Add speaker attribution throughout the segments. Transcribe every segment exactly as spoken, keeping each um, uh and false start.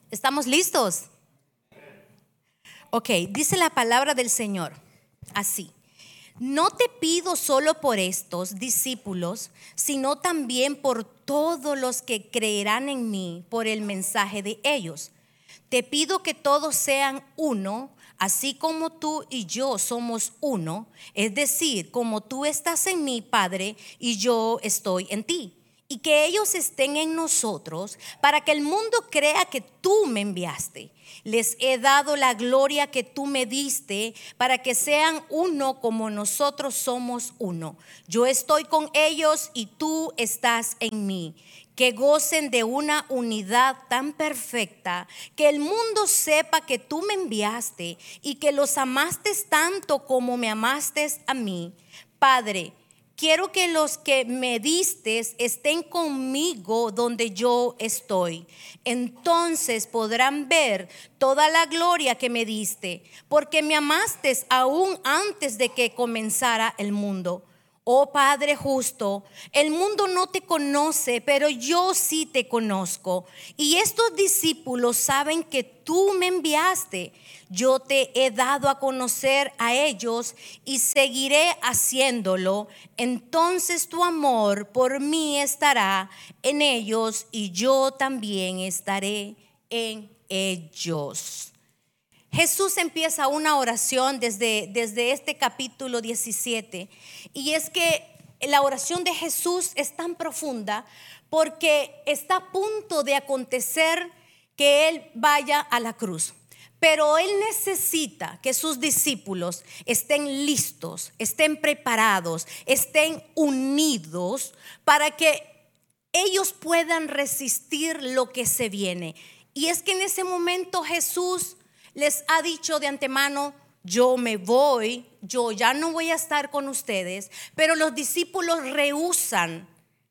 Speaker 1: ¿Estamos listos? Ok, dice la palabra del Señor así: no te pido solo por estos discípulos, sino también por todos los que creerán en mí por el mensaje de ellos. Te pido que todos sean uno, así como tú y yo somos uno, es decir, como tú estás en mí, Padre, y yo estoy en ti. Y que ellos estén en nosotros, para que el mundo crea que tú me enviaste. Les he dado la gloria que tú me diste, para que sean uno como nosotros somos uno. Yo estoy con ellos y tú estás en mí. Que gocen de una unidad tan perfecta, que el mundo sepa que tú me enviaste y que los amaste tanto como me amaste a mí. Padre, quiero que los que me diste estén conmigo donde yo estoy. Entonces podrán ver toda la gloria que me diste, porque me amaste aún antes de que comenzara el mundo. Oh Padre justo, el mundo no te conoce, pero yo sí te conozco. Y estos discípulos saben que tú me enviaste. Yo te he dado a conocer a ellos y seguiré haciéndolo. Entonces tu amor por mí estará en ellos y yo también estaré en ellos. Jesús empieza una oración desde, desde este capítulo diecisiete, y es que la oración de Jesús es tan profunda porque está a punto de acontecer que Él vaya a la cruz. Pero Él necesita que sus discípulos estén listos, estén preparados, estén unidos para que ellos puedan resistir lo que se viene. Y es que en ese momento Jesús les ha dicho de antemano: yo me voy, yo ya no voy a estar con ustedes. Pero los discípulos rehúsan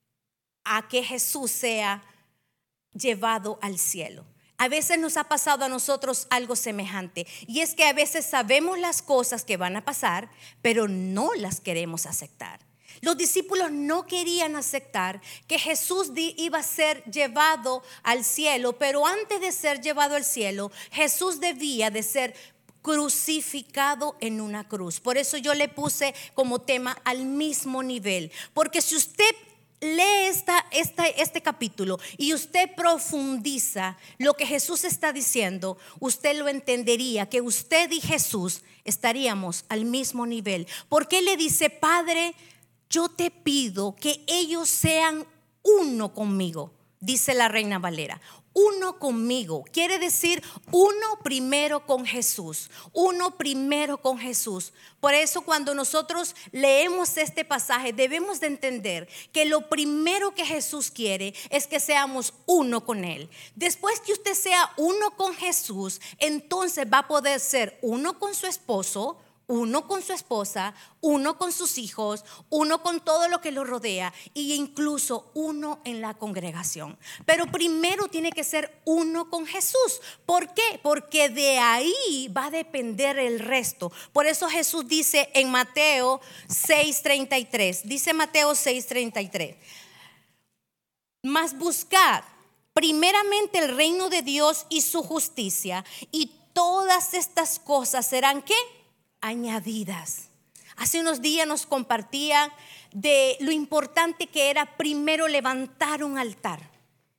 Speaker 1: a que Jesús sea llevado al cielo. A veces nos ha pasado a nosotros algo semejante, y es que a veces sabemos las cosas que van a pasar, pero no las queremos aceptar. Los discípulos no querían aceptar que Jesús iba a ser llevado al cielo, pero antes de ser llevado al cielo, Jesús debía de ser crucificado en una cruz. Por eso yo le puse como tema al mismo nivel, porque si usted lee esta, esta, este capítulo y usted profundiza lo que Jesús está diciendo, usted lo entendería, que usted y Jesús estaríamos al mismo nivel. Porque Él le dice: Padre, yo te pido que ellos sean uno conmigo, dice la Reina Valera. Uno conmigo quiere decir uno primero con Jesús, uno primero con Jesús. Por eso cuando nosotros leemos este pasaje debemos de entender que lo primero que Jesús quiere es que seamos uno con Él. Después que usted sea uno con Jesús, entonces va a poder ser uno con su esposo, uno con su esposa, uno con sus hijos, uno con todo lo que lo rodea, e incluso uno en la congregación. Pero primero tiene que ser uno con Jesús. ¿Por qué? Porque de ahí va a depender el resto. Por eso Jesús dice en Mateo seis treinta y tres, dice Mateo seis treinta y tres: mas buscad primeramente el reino de Dios y su justicia, y todas estas cosas serán ¿qué? Añadidas. Hace unos días nos compartía de lo importante que era primero levantar un altar.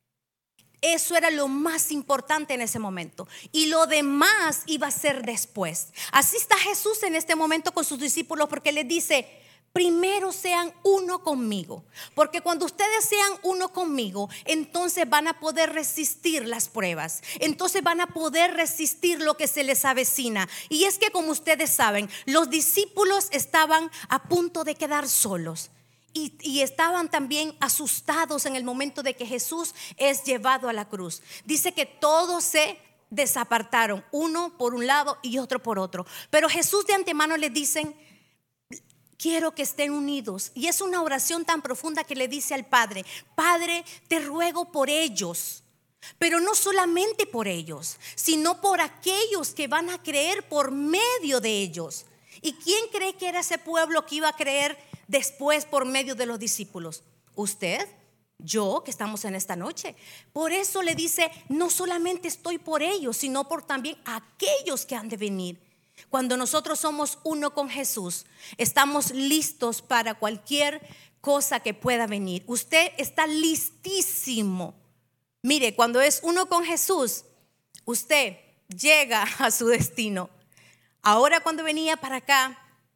Speaker 1: Eso era lo más importante en ese momento, y lo demás iba a ser después. Así está Jesús en este momento con sus discípulos, porque les dice: primero sean uno conmigo, porque cuando ustedes sean uno conmigo, entonces van a poder resistir las pruebas, entonces van a poder resistir lo que se les avecina. Y es que, como ustedes saben, los discípulos estaban a punto de quedar solos y, y estaban también asustados en el momento de que Jesús es llevado a la cruz. Dice que todos se desapartaron, uno por un lado y otro por otro, pero Jesús de antemano les dicen: quiero que estén unidos. Y es una oración tan profunda que le dice al Padre: Padre, te ruego por ellos, pero no solamente por ellos, sino por aquellos que van a creer por medio de ellos. ¿Y quién cree que era ese pueblo que iba a creer después por medio de los discípulos? ¿Usted? yo que estamos en esta noche. Por eso le dice, no solamente estoy por ellos, sino por también aquellos que han de venir. Cuando nosotros somos uno con Jesús, estamos listos para cualquier cosa que pueda venir. Usted está listísimo. Mire, cuando es uno con Jesús, usted llega a su destino. Ahora cuando venía para acá,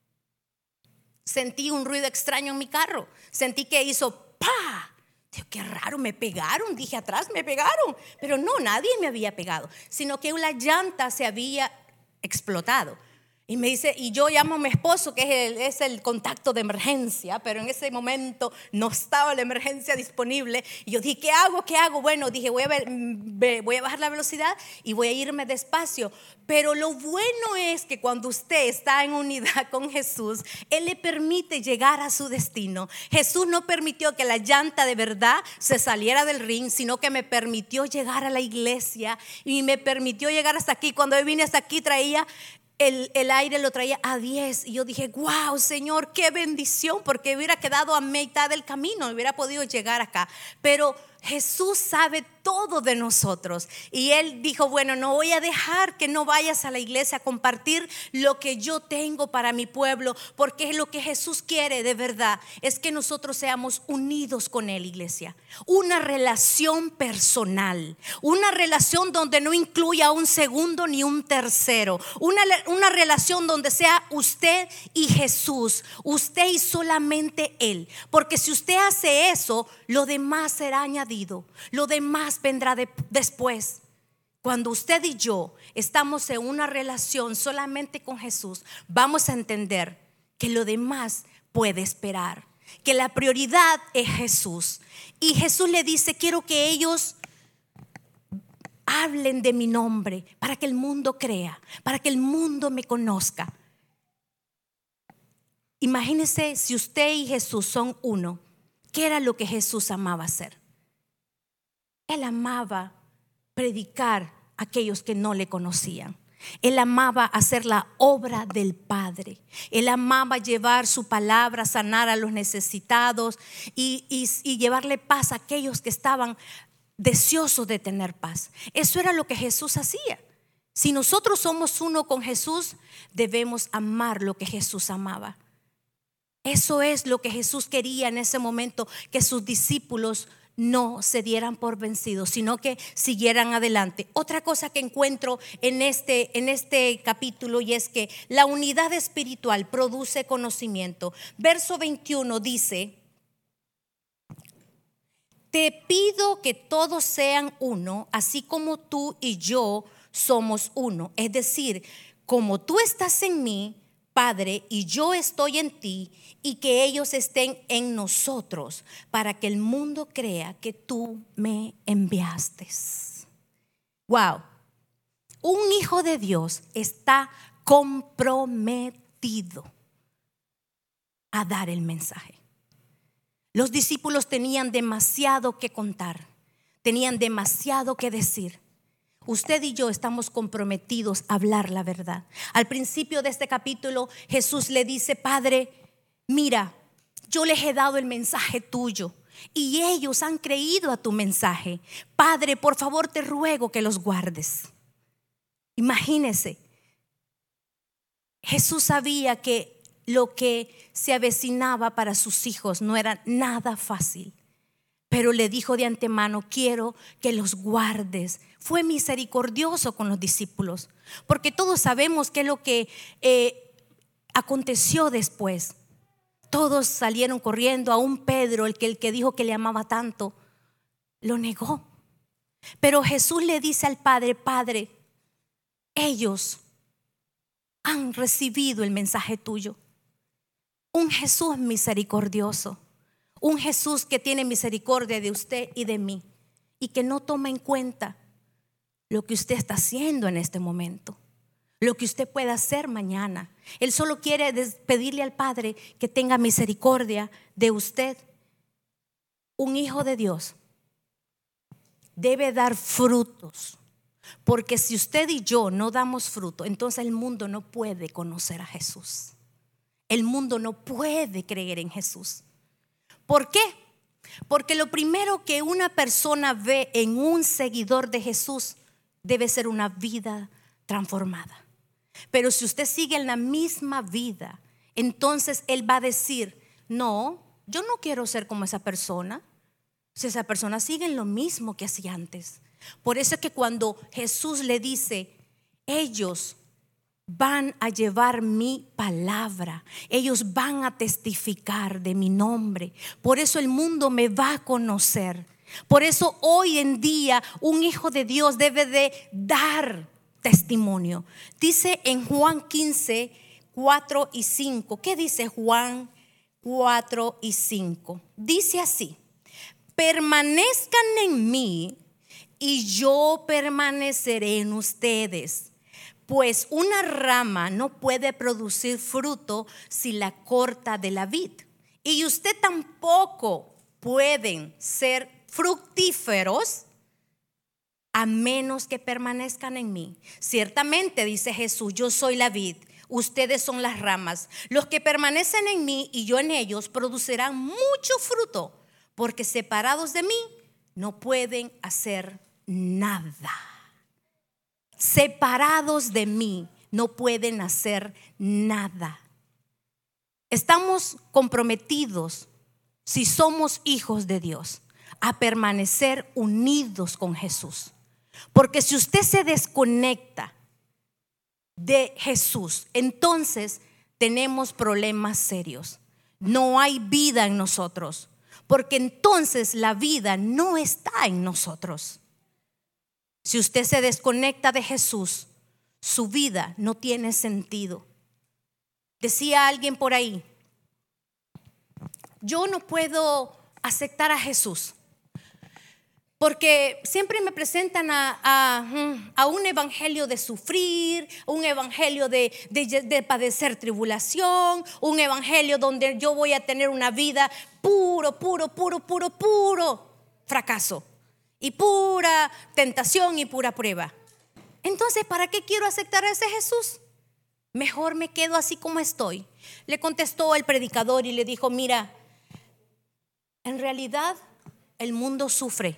Speaker 1: sentí un ruido extraño en mi carro. Sentí que hizo ¡pa! Digo, qué raro, me pegaron. Dije, atrás me pegaron. Pero no, nadie me había pegado, sino que una llanta se había explotado. Y me dice, y yo llamo a mi esposo, que es el, es el contacto de emergencia, pero en ese momento no estaba la emergencia disponible. Y yo dije, ¿qué hago? ¿Qué hago? Bueno, dije, voy a, ver, voy a bajar la velocidad y voy a irme despacio. Pero lo bueno es que cuando usted está en unidad con Jesús, Él le permite llegar a su destino. Jesús no permitió que la llanta de verdad se saliera del ring, sino que me permitió llegar a la iglesia y me permitió llegar hasta aquí. Cuando yo vine hasta aquí traía El, el aire, lo traía a diez. Y yo dije, wow, Señor, qué bendición, porque hubiera quedado a mitad del camino, hubiera podido llegar acá. Pero Jesús sabe todo de nosotros. Y Él dijo, bueno, no voy a dejar que no vayas a la iglesia a compartir lo que yo tengo para mi pueblo, porque es lo que Jesús quiere de verdad, es que nosotros seamos unidos con Él, iglesia. Una relación personal, una relación donde no incluya un segundo ni un tercero, una, una relación donde sea usted y Jesús, usted y solamente Él. Porque si usted hace eso, lo demás será añadido, lo demás vendrá de, después. Cuando usted y yo estamos en una relación solamente con Jesús, vamos a entender que lo demás puede esperar, que la prioridad es Jesús. Y Jesús le dice, quiero que ellos hablen de mi nombre para que el mundo crea, para que el mundo me conozca. Imagínese si usted y Jesús son uno. ¿Qué era lo que Jesús amaba hacer? Él amaba predicar a aquellos que no le conocían. Él amaba hacer la obra del Padre. Él amaba llevar su palabra, sanar a los necesitados y, y, y llevarle paz a aquellos que estaban deseosos de tener paz. Eso era lo que Jesús hacía. Si nosotros somos uno con Jesús, debemos amar lo que Jesús amaba. Eso es lo que Jesús quería en ese momento, que sus discípulos no se dieran por vencidos, sino que siguieran adelante. Otra cosa que encuentro en este, en este capítulo, y es que la unidad espiritual produce conocimiento. Verso veintiuno dice: te pido que todos sean uno, así como tú y yo somos uno. Es decir, como tú estás en mí, Padre, y yo estoy en ti, y que ellos estén en nosotros, para que el mundo crea que tú me enviaste. Wow. Un hijo de Dios está comprometido a dar el mensaje. Los discípulos tenían demasiado que contar, tenían demasiado que decir. Usted y yo estamos comprometidos a hablar la verdad. Al principio de este capítulo, Jesús le dice: Padre, mira, yo les he dado el mensaje tuyo y ellos han creído a tu mensaje. Padre, por favor te ruego que los guardes. Imagínese, Jesús sabía que lo que se avecinaba para sus hijos no era nada fácil, pero le dijo de antemano: quiero que los guardes. Fue misericordioso con los discípulos, porque todos sabemos qué es lo que eh, aconteció después. Todos salieron corriendo. Aún Pedro, el que, el que dijo que le amaba tanto, lo negó. Pero Jesús le dice al Padre: Padre, ellos han recibido el mensaje tuyo. Un Jesús misericordioso, un Jesús que tiene misericordia de usted y de mí, y que no toma en cuenta lo que usted está haciendo en este momento, lo que usted pueda hacer mañana. Él solo quiere pedirle al Padre que tenga misericordia de usted. Un hijo de Dios debe dar frutos, porque si usted y yo no damos fruto, entonces el mundo no puede conocer a Jesús. El mundo no puede creer en Jesús. ¿Por qué? Porque lo primero que una persona ve en un seguidor de Jesús debe ser una vida transformada. Pero si usted sigue en la misma vida, entonces él va a decir: no, yo no quiero ser como esa persona. Si esa persona sigue en lo mismo que hacía antes. Por eso es que cuando Jesús le dice: ellos van a llevar mi palabra, ellos van a testificar de mi nombre, por eso el mundo me va a conocer. Por eso hoy en día un hijo de Dios debe de dar testimonio. Dice en Juan quince, cuatro y cinco. ¿Qué dice Juan cuatro y cinco? Dice así: permanezcan en mí y yo permaneceré en ustedes. Pues una rama no puede producir fruto si la corta de la vid. Y usted tampoco pueden ser fructíferos a menos que permanezcan en mí. Ciertamente, dice Jesús, yo soy la vid, ustedes son las ramas. Los que permanecen en mí y yo en ellos producirán mucho fruto, porque separados de mí no pueden hacer nada. Separados de mí no pueden hacer nada. Estamos comprometidos, si somos hijos de Dios, a permanecer unidos con Jesús. Porque si usted se desconecta de Jesús, entonces tenemos problemas serios. No hay vida en nosotros, porque entonces la vida no está en nosotros. Si usted se desconecta de Jesús, su vida no tiene sentido. Decía alguien por ahí: yo no puedo aceptar a Jesús porque siempre me presentan a, a, a un evangelio de sufrir, un evangelio de, de, de padecer tribulación, un evangelio donde yo voy a tener una vida puro, puro, puro, puro, puro fracaso. Y pura tentación y pura prueba. Entonces, ¿para qué quiero aceptar a ese Jesús? Mejor me quedo así como estoy. Le contestó el predicador y le dijo: mira, en realidad el mundo sufre.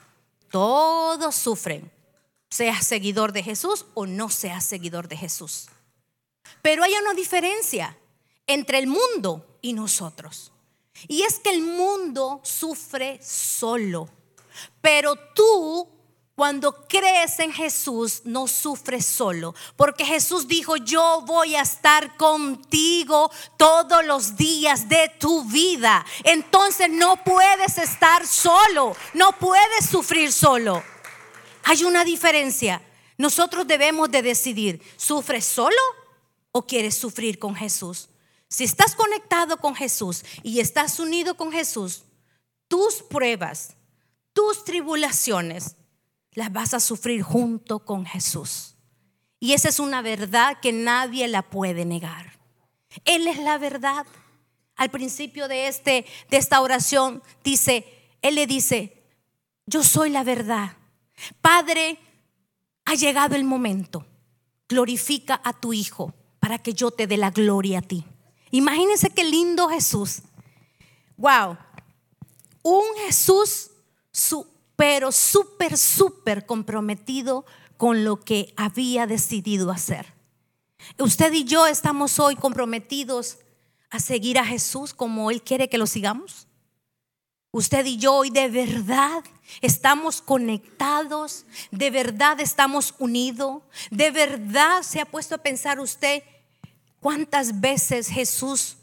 Speaker 1: Todos sufren, seas seguidor de Jesús o no seas seguidor de Jesús. Pero hay una diferencia entre el mundo y nosotros. Y es que el mundo sufre solo. Pero tú, cuando crees en Jesús, no sufres solo, porque Jesús dijo: yo voy a estar contigo todos los días de tu vida. Entonces no puedes estar solo, no puedes sufrir solo. Hay una diferencia. Nosotros debemos de decidir: ¿sufres solo o quieres sufrir con Jesús? Si estás conectado con Jesús y estás unido con Jesús, tus pruebas, tus tribulaciones las vas a sufrir junto con Jesús. Y esa es una verdad que nadie la puede negar. Él es la verdad. Al principio de, este, de esta oración dice, Él le dice: yo soy la verdad. Padre, ha llegado el momento. Glorifica a tu Hijo para que yo te dé la gloria a ti. Imagínense qué lindo Jesús. Wow. Un Jesús Su, pero súper, súper comprometido con lo que había decidido hacer. Usted y yo estamos hoy comprometidos a seguir a Jesús como Él quiere que lo sigamos. Usted y yo hoy de verdad estamos conectados, de verdad estamos unidos, de verdad se ha puesto a pensar usted cuántas veces Jesús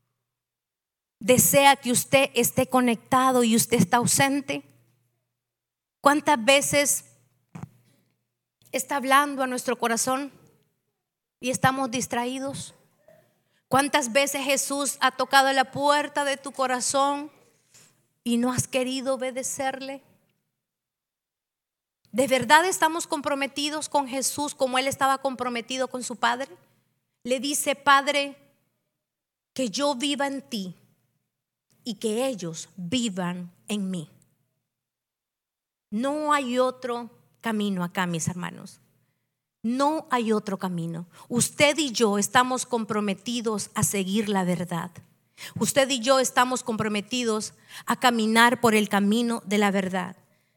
Speaker 1: desea que usted esté conectado y usted está ausente. ¿Cuántas veces está hablando a nuestro corazón y estamos distraídos? ¿Cuántas veces Jesús ha tocado la puerta de tu corazón y no has querido obedecerle? ¿De verdad estamos comprometidos con Jesús como Él estaba comprometido con su Padre? Le dice: Padre, que yo viva en ti y que ellos vivan en mí. No hay otro camino acá, mis hermanos. No hay otro camino. Usted y yo estamos comprometidos a seguir la verdad. Usted y yo estamos comprometidos a caminar por el camino de la verdad.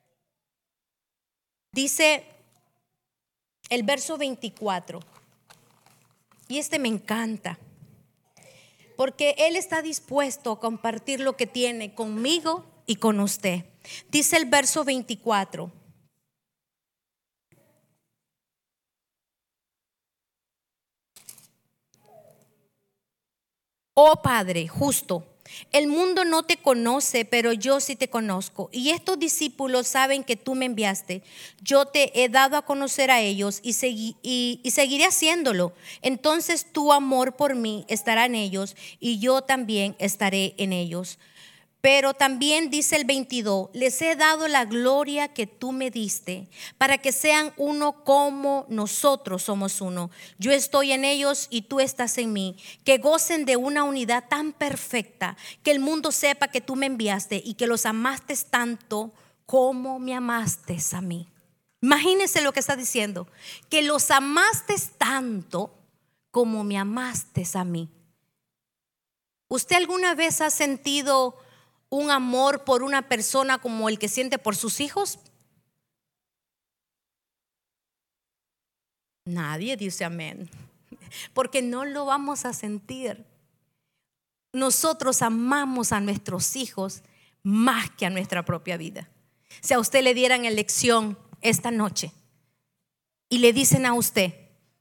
Speaker 1: Dice el verso veinticuatro, y este me encanta, porque Él está dispuesto a compartir lo que tiene conmigo y con usted. Dice el verso veinticuatro: oh Padre justo, el mundo no te conoce, pero yo sí te conozco. Y estos discípulos saben que tú me enviaste. Yo te he dado a conocer a ellos y, segui- y, y seguiré haciéndolo. Entonces tu amor por mí estará en ellos y yo también estaré en ellos. Pero también dice el veintidós: les he dado la gloria que tú me diste, para que sean uno como nosotros somos uno. Yo estoy en ellos y tú estás en mí. Que gocen de una unidad tan perfecta, que el mundo sepa que tú me enviaste y que los amaste tanto como me amaste a mí. Imagínense lo que está diciendo: que los amaste tanto como me amaste a mí. ¿Usted alguna vez ha sentido un amor por una persona como el que siente por sus hijos? Nadie dice amén, porque no lo vamos a sentir. Nosotros amamos a nuestros hijos más que a nuestra propia vida. Si a usted le dieran elección esta noche y le dicen a usted,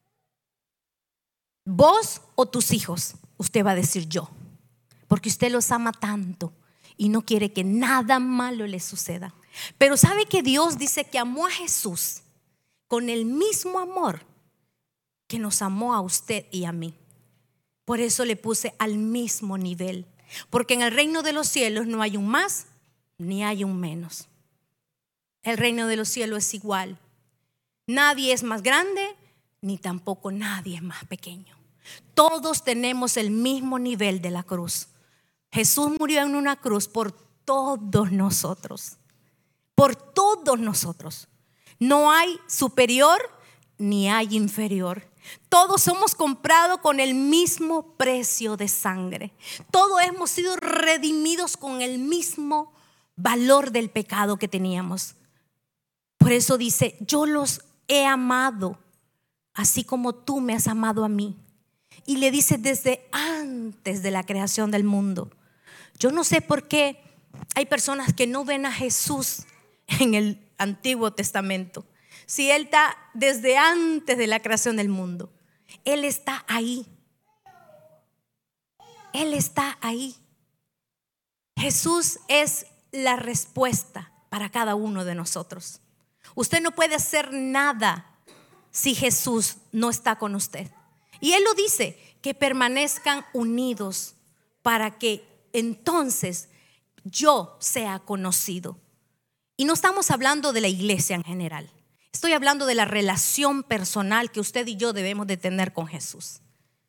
Speaker 1: vos o tus hijos, usted va a decir yo, porque usted los ama tanto y no quiere que nada malo les suceda. Pero ¿sabe que Dios dice que amó a Jesús con el mismo amor que nos amó a usted y a mí? Por eso le puse al mismo nivel, porque en el reino de los cielos no hay un más ni hay un menos. El reino de los cielos es igual. Nadie es más grande ni tampoco nadie es más pequeño. Todos tenemos el mismo nivel de la cruz. Jesús murió en una cruz por todos nosotros, por todos nosotros. No hay superior ni hay inferior. Todos somos comprados con el mismo precio de sangre. Todos hemos sido redimidos con el mismo valor del pecado que teníamos. Por eso dice: yo los he amado así como tú me has amado a mí. Y le dice: desde antes de la creación del mundo. Yo no sé por qué hay personas que no ven a Jesús en el Antiguo Testamento. Si Él está desde antes de la creación del mundo, Él está ahí. Él está ahí. Jesús es la respuesta para cada uno de nosotros. Usted no puede hacer nada si Jesús no está con usted. Y Él lo dice, que permanezcan unidos para que entonces yo sea conocido. Y no estamos hablando de la iglesia en general. Estoy hablando de la relación personal que usted y yo debemos de tener con Jesús.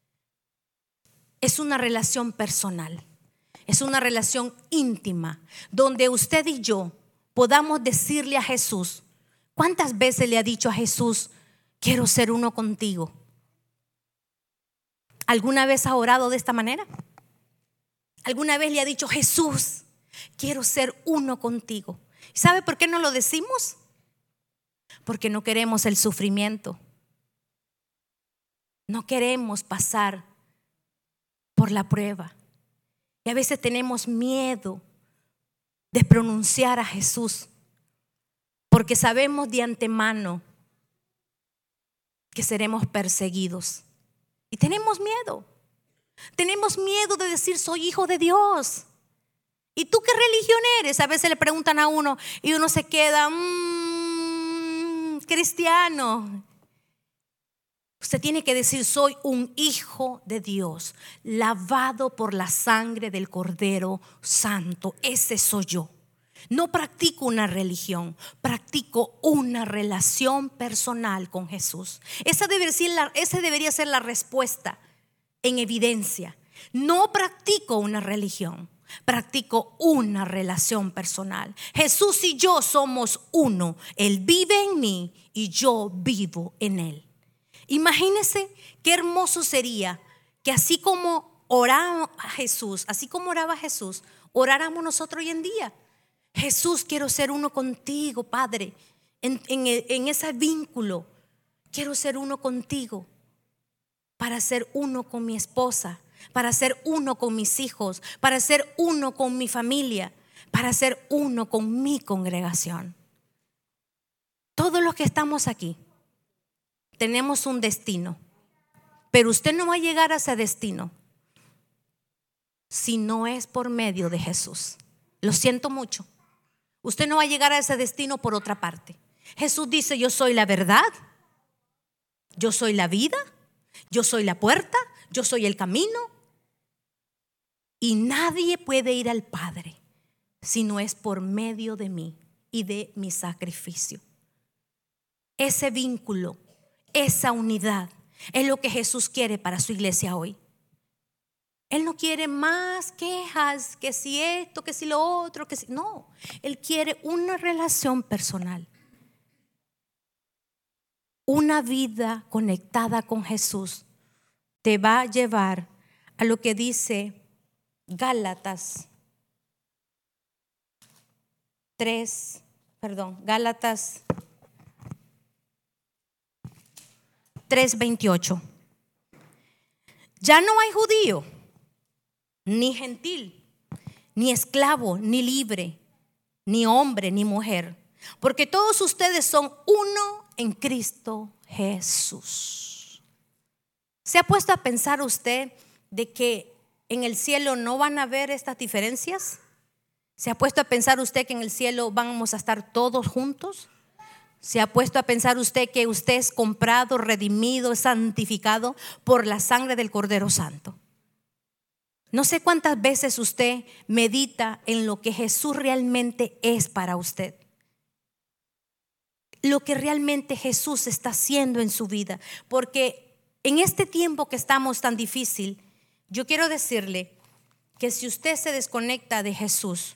Speaker 1: Es una relación personal, es una relación íntima, donde usted y yo podamos decirle a Jesús. ¿Cuántas veces le ha dicho a Jesús: quiero ser uno contigo? ¿Alguna vez ha orado de esta manera? ¿Alguna vez le ha dicho: Jesús, quiero ser uno contigo? ¿Sabe por qué no lo decimos? Porque no queremos el sufrimiento. No queremos pasar por la prueba. Y a veces tenemos miedo de pronunciar a Jesús, porque sabemos de antemano que seremos perseguidos. Y tenemos miedo. Tenemos miedo de decir: soy hijo de Dios. ¿Y tú qué religión eres? A veces le preguntan a uno y uno se queda mmm, cristiano. Usted tiene que decir: soy un hijo de Dios, lavado por la sangre del Cordero Santo. Ese soy yo. No practico una religión, practico una relación personal con Jesús. Esa debería ser la, esa debería ser la respuesta en evidencia. No practico una religión, practico una relación personal. Jesús y yo somos uno. Él vive en mí y yo vivo en Él. Imagínese qué hermoso sería que así como oraba a Jesús, así como oraba Jesús, oráramos nosotros hoy en día. Jesús, quiero ser uno contigo, Padre, en, en, en ese vínculo. Quiero ser uno contigo, para ser uno con mi esposa, para ser uno con mis hijos, para ser uno con mi familia, para ser uno con mi congregación. Todos los que estamos aquí tenemos un destino, pero usted no va a llegar a ese destino si no es por medio de Jesús. Lo siento mucho. Usted no va a llegar a ese destino por otra parte. Jesús dice: yo soy la verdad, yo soy la vida, yo soy la puerta, yo soy el camino. Y nadie puede ir al Padre si no es por medio de mí y de mi sacrificio. Ese vínculo, esa unidad es lo que Jesús quiere para su iglesia hoy. Él no quiere más quejas, que si esto, que si lo otro, que si no. Él quiere una relación personal, una vida conectada con Jesús. Te va a llevar a lo que dice Gálatas tres, perdón, Gálatas tres veintiocho. Ya no hay judío, ni gentil, ni esclavo, ni libre, ni hombre, ni mujer, porque todos ustedes son uno en Cristo Jesús. ¿Se ha puesto a pensar usted de que en el cielo no van a haber estas diferencias? ¿Se ha puesto a pensar usted que en el cielo vamos a estar todos juntos? ¿Se ha puesto a pensar usted que usted es comprado, redimido, santificado por la sangre del Cordero Santo? No sé cuántas veces usted medita en lo que Jesús realmente es para usted, lo que realmente Jesús está haciendo en su vida. Porque en este tiempo que estamos tan difícil, yo quiero decirle que si usted se desconecta de Jesús,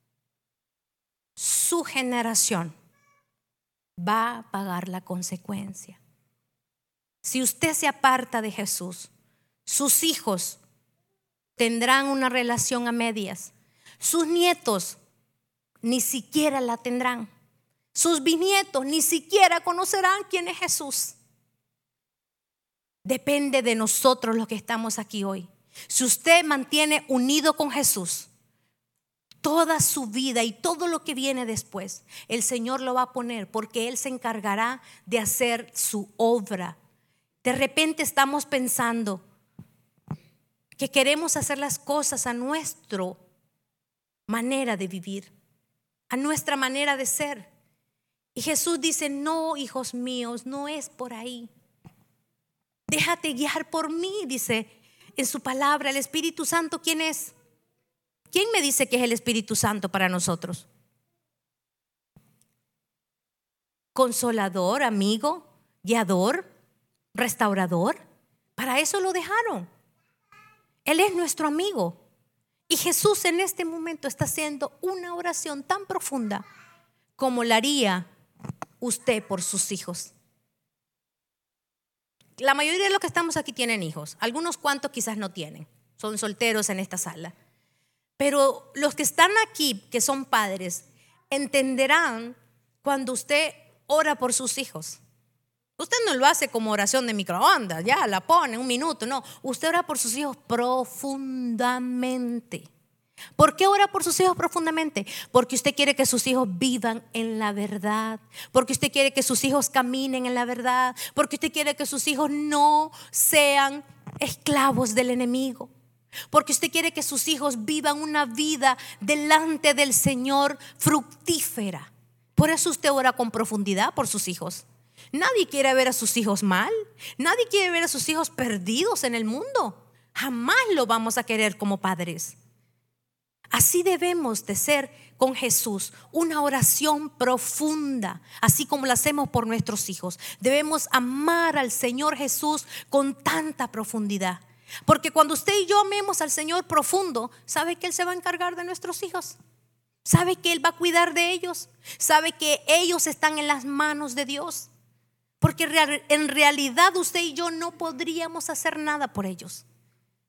Speaker 1: su generación va a pagar la consecuencia. Si usted se aparta de Jesús, sus hijos tendrán una relación a medias. Sus nietos ni siquiera la tendrán. Sus bisnietos ni siquiera conocerán quién es Jesús. Depende de nosotros los que estamos aquí hoy. Si usted mantiene unido con Jesús, toda su vida y todo lo que viene después, el Señor lo va a poner, porque Él se encargará de hacer su obra. De repente estamos pensando que queremos hacer las cosas a nuestra manera de vivir, a nuestra manera de ser. Y Jesús dice: no, hijos míos, no es por ahí. Déjate guiar por mí, dice en su palabra. El Espíritu Santo, ¿quién es? ¿Quién me dice que es el Espíritu Santo para nosotros? Consolador, amigo, guiador, restaurador. Para eso lo dejaron. Él es nuestro amigo. Y Jesús en este momento está haciendo una oración tan profunda como la haría usted por sus hijos. La mayoría de los que estamos aquí tienen hijos. Algunos cuantos quizás no tienen. Son solteros en esta sala. Pero los que están aquí, que son padres, entenderán cuando usted ora por sus hijos. Usted no lo hace como oración de microondas, ya la pone un minuto. No, usted ora por sus hijos profundamente. ¿Por qué ora por sus hijos profundamente? Porque usted quiere que sus hijos vivan en la verdad, porque usted quiere que sus hijos caminen en la verdad, porque usted quiere que sus hijos no sean esclavos del enemigo, porque usted quiere que sus hijos vivan una vida delante del Señor fructífera. Por eso usted ora con profundidad por sus hijos. Nadie quiere ver a sus hijos mal, nadie quiere ver a sus hijos perdidos en el mundo. Jamás lo vamos a querer como padres. Así debemos de ser con Jesús, una oración profunda, así como la hacemos por nuestros hijos. Debemos amar al Señor Jesús con tanta profundidad, porque cuando usted y yo amemos al Señor profundo, ¿sabe que Él se va a encargar de nuestros hijos? ¿Sabe que Él va a cuidar de ellos? ¿Sabe que ellos están en las manos de Dios? Porque en realidad usted y yo no podríamos hacer nada por ellos.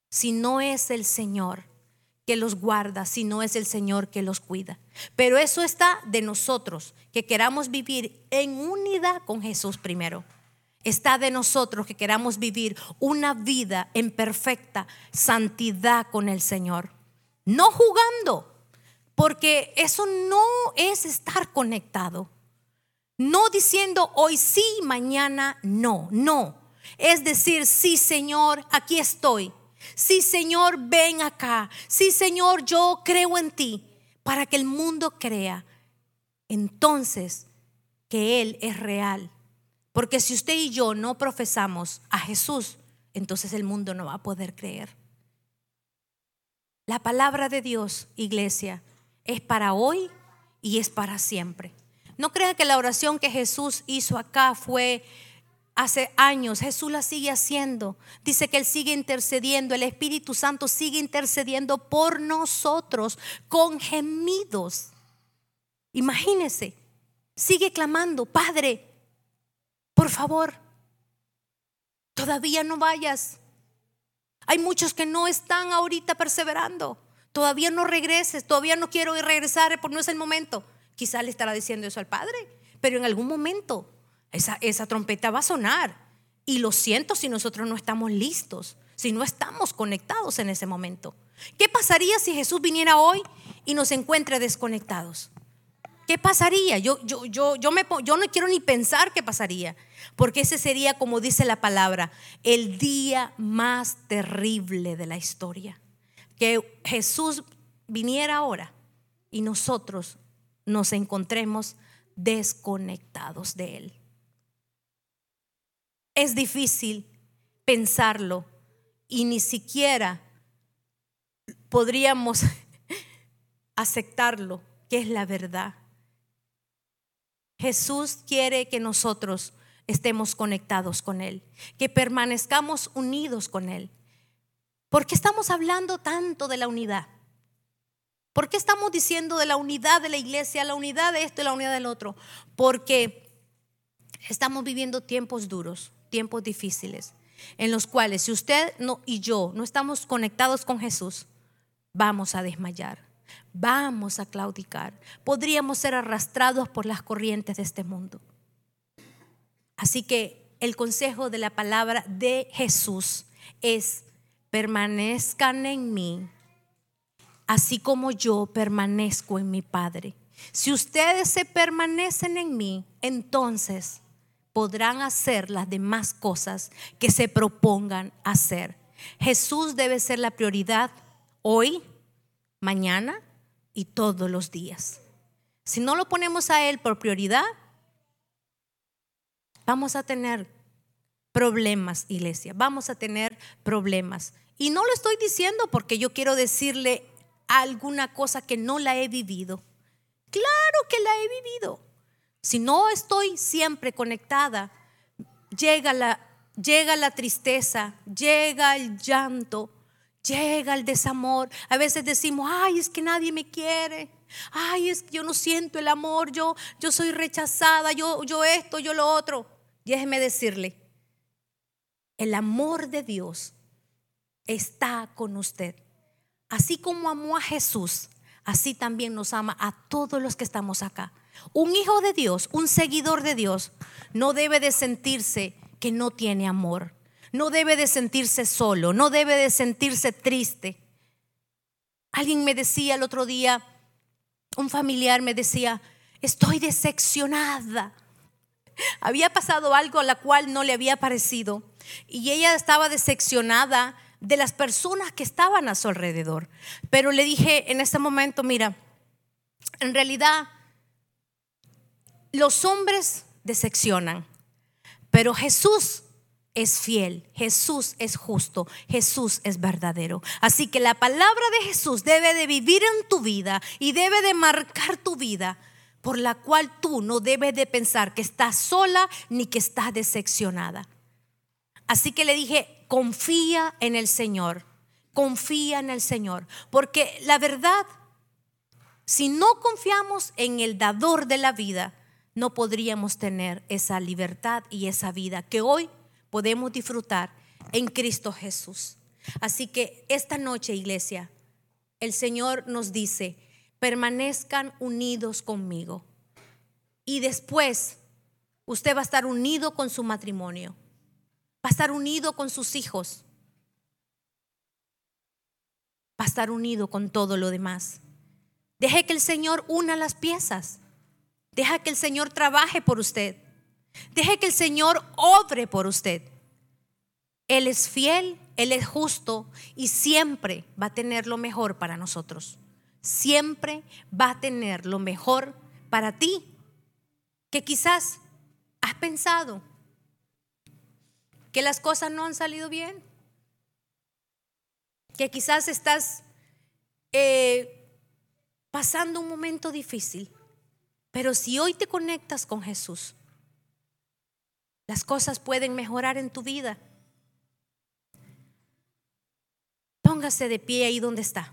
Speaker 1: si no es el Señor que los guarda, si no es el Señor que los cuida. Pero eso está de nosotros, que queramos vivir en unidad con Jesús primero. Está de nosotros que queramos vivir una vida en perfecta santidad con el Señor. No jugando, porque eso no es estar conectado. No diciendo hoy sí, mañana no, no. Es decir, sí, Señor, aquí estoy. Sí, Señor, ven acá. Sí, Señor, yo creo en ti, para que el mundo crea entonces que Él es real. Porque si usted y yo no profesamos a Jesús, entonces el mundo no va a poder creer. La palabra de Dios, iglesia, es para hoy y es para siempre. No crea que la oración que Jesús hizo acá fue hace años. Jesús la sigue haciendo. Dice que Él sigue intercediendo. El Espíritu Santo sigue intercediendo por nosotros con gemidos. Imagínese, sigue clamando: Padre, por favor, todavía no vayas. Hay muchos que no están ahorita perseverando. Todavía no regreses, todavía no quiero regresar porque no es el momento. Quizás le estará diciendo eso al Padre, pero en algún momento esa, esa trompeta va a sonar. Y lo siento si nosotros no estamos listos, si no estamos conectados en ese momento. ¿Qué pasaría si Jesús viniera hoy y nos encuentre desconectados? ¿Qué pasaría? Yo, yo, yo, yo, me, yo no quiero ni pensar qué pasaría, porque ese sería, como dice la palabra, el día más terrible de la historia. Que Jesús viniera ahora y nosotros nos encontremos desconectados de Él. Es difícil pensarlo y ni siquiera podríamos aceptarlo, que es la verdad. Jesús quiere que nosotros estemos conectados con Él, que permanezcamos unidos con Él. ¿Por qué estamos hablando tanto de la unidad? ¿Por qué estamos diciendo de la unidad de la iglesia, la unidad de esto y la unidad del otro? Porque estamos viviendo tiempos duros, tiempos difíciles, en los cuales si usted no, y yo no estamos conectados con Jesús, vamos a desmayar, vamos a claudicar, podríamos ser arrastrados por las corrientes de este mundo. Así que el consejo de la palabra de Jesús es: permanezcan en mí, así como yo permanezco en mi Padre. Si ustedes se permanecen en mí, entonces podrán hacer las demás cosas que se propongan hacer. Jesús debe ser la prioridad hoy, mañana y todos los días. Si no lo ponemos a Él por prioridad, vamos a tener problemas, iglesia. Vamos a tener problemas. Y no lo estoy diciendo porque yo quiero decirle alguna cosa que no la he vivido. Claro que la he vivido. Si no estoy siempre conectada, llega la, llega la tristeza, llega el llanto, llega el desamor. A veces decimos: ay, es que nadie me quiere. Ay, es que yo no siento el amor. Yo, yo soy rechazada. Yo, yo esto, yo lo otro. Déjeme decirle, el amor de Dios está con usted. Así como amó a Jesús, así también nos ama a todos los que estamos acá. Un hijo de Dios, un seguidor de Dios, no debe de sentirse que no tiene amor. No debe de sentirse solo, no debe de sentirse triste. Alguien me decía el otro día, un familiar me decía: estoy decepcionada. Había pasado algo a la cual no le había parecido y ella estaba decepcionada de las personas que estaban a su alrededor. Pero le dije en ese momento: mira, en realidad los hombres decepcionan, pero Jesús es fiel, Jesús es justo, Jesús es verdadero. Así que la palabra de Jesús debe de vivir en tu vida y debe de marcar tu vida, por la cual tú no debes de pensar que estás sola ni que estás decepcionada. Así que le dije: confía en el Señor, confía en el Señor, porque la verdad, si no confiamos en el dador de la vida, no podríamos tener esa libertad y esa vida que hoy podemos disfrutar en Cristo Jesús. Así que esta noche, iglesia, el Señor nos dice: permanezcan unidos conmigo. Y después usted va a estar unido con su matrimonio, va a estar unido con sus hijos, va a estar unido con todo lo demás. Deje que el Señor una las piezas. Deja que el Señor trabaje por usted. Deje que el Señor obre por usted. Él es fiel, Él es justo y siempre va a tener lo mejor para nosotros. Siempre va a tener lo mejor para ti, que quizás has pensado que las cosas no han salido bien, que quizás estás eh, pasando un momento difícil. Pero si hoy te conectas con Jesús, las cosas pueden mejorar en tu vida. Póngase de pie ahí donde está.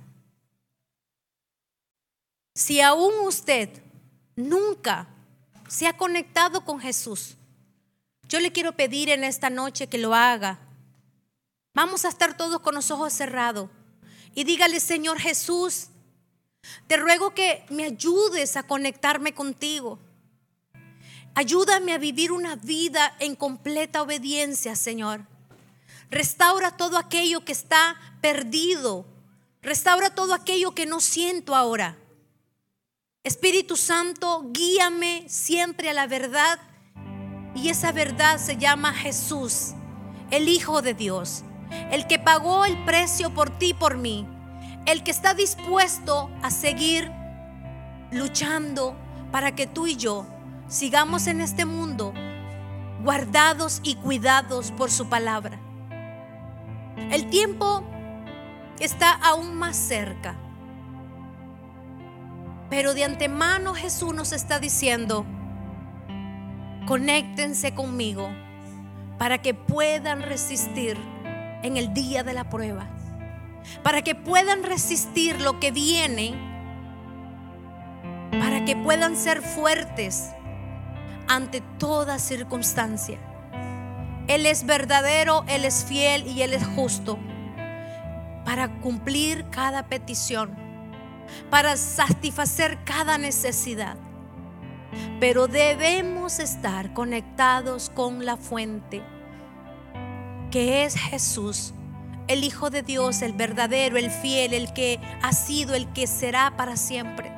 Speaker 1: Si aún usted nunca se ha conectado con Jesús, yo le quiero pedir en esta noche que lo haga. Vamos a estar todos con los ojos cerrados y dígale: Señor Jesús, te ruego que me ayudes a conectarme contigo. Ayúdame a vivir una vida en completa obediencia, Señor. Restaura todo aquello que está perdido. Restaura todo aquello que no siento ahora. Espíritu Santo, guíame siempre a la verdad. Y esa verdad se llama Jesús, el Hijo de Dios, el que pagó el precio por ti y por mí, el que está dispuesto a seguir luchando para que tú y yo sigamos en este mundo guardados y cuidados por su palabra. El tiempo está aún más cerca, pero de antemano Jesús nos está diciendo: conéctense conmigo para que puedan resistir en el día de la prueba, para que puedan resistir lo que viene, para que puedan ser fuertes ante toda circunstancia. Él es verdadero, Él es fiel y Él es justo para cumplir cada petición, para satisfacer cada necesidad. Pero debemos estar conectados con la fuente, que es Jesús, el Hijo de Dios, el verdadero, el fiel, el que ha sido, el que será para siempre.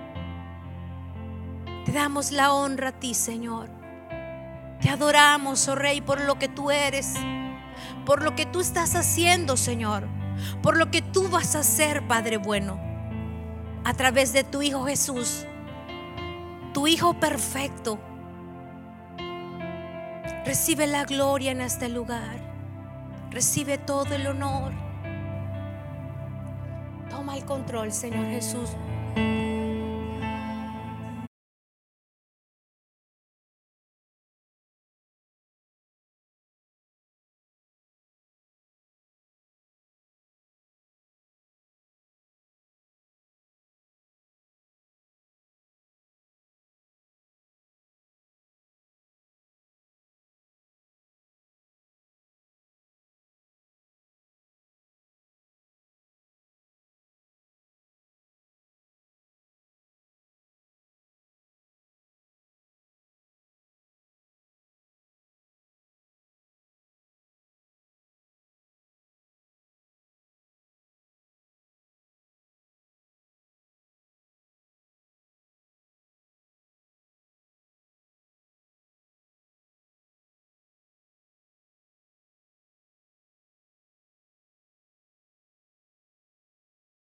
Speaker 1: Te damos la honra a ti, Señor. Te adoramos, oh Rey, por lo que tú eres, por lo que tú estás haciendo, Señor, por lo que tú vas a hacer, Padre bueno, a través de tu Hijo Jesús, tu Hijo perfecto. Recibe la gloria en este lugar. Recibe todo el honor. Toma el control, Señor Jesús.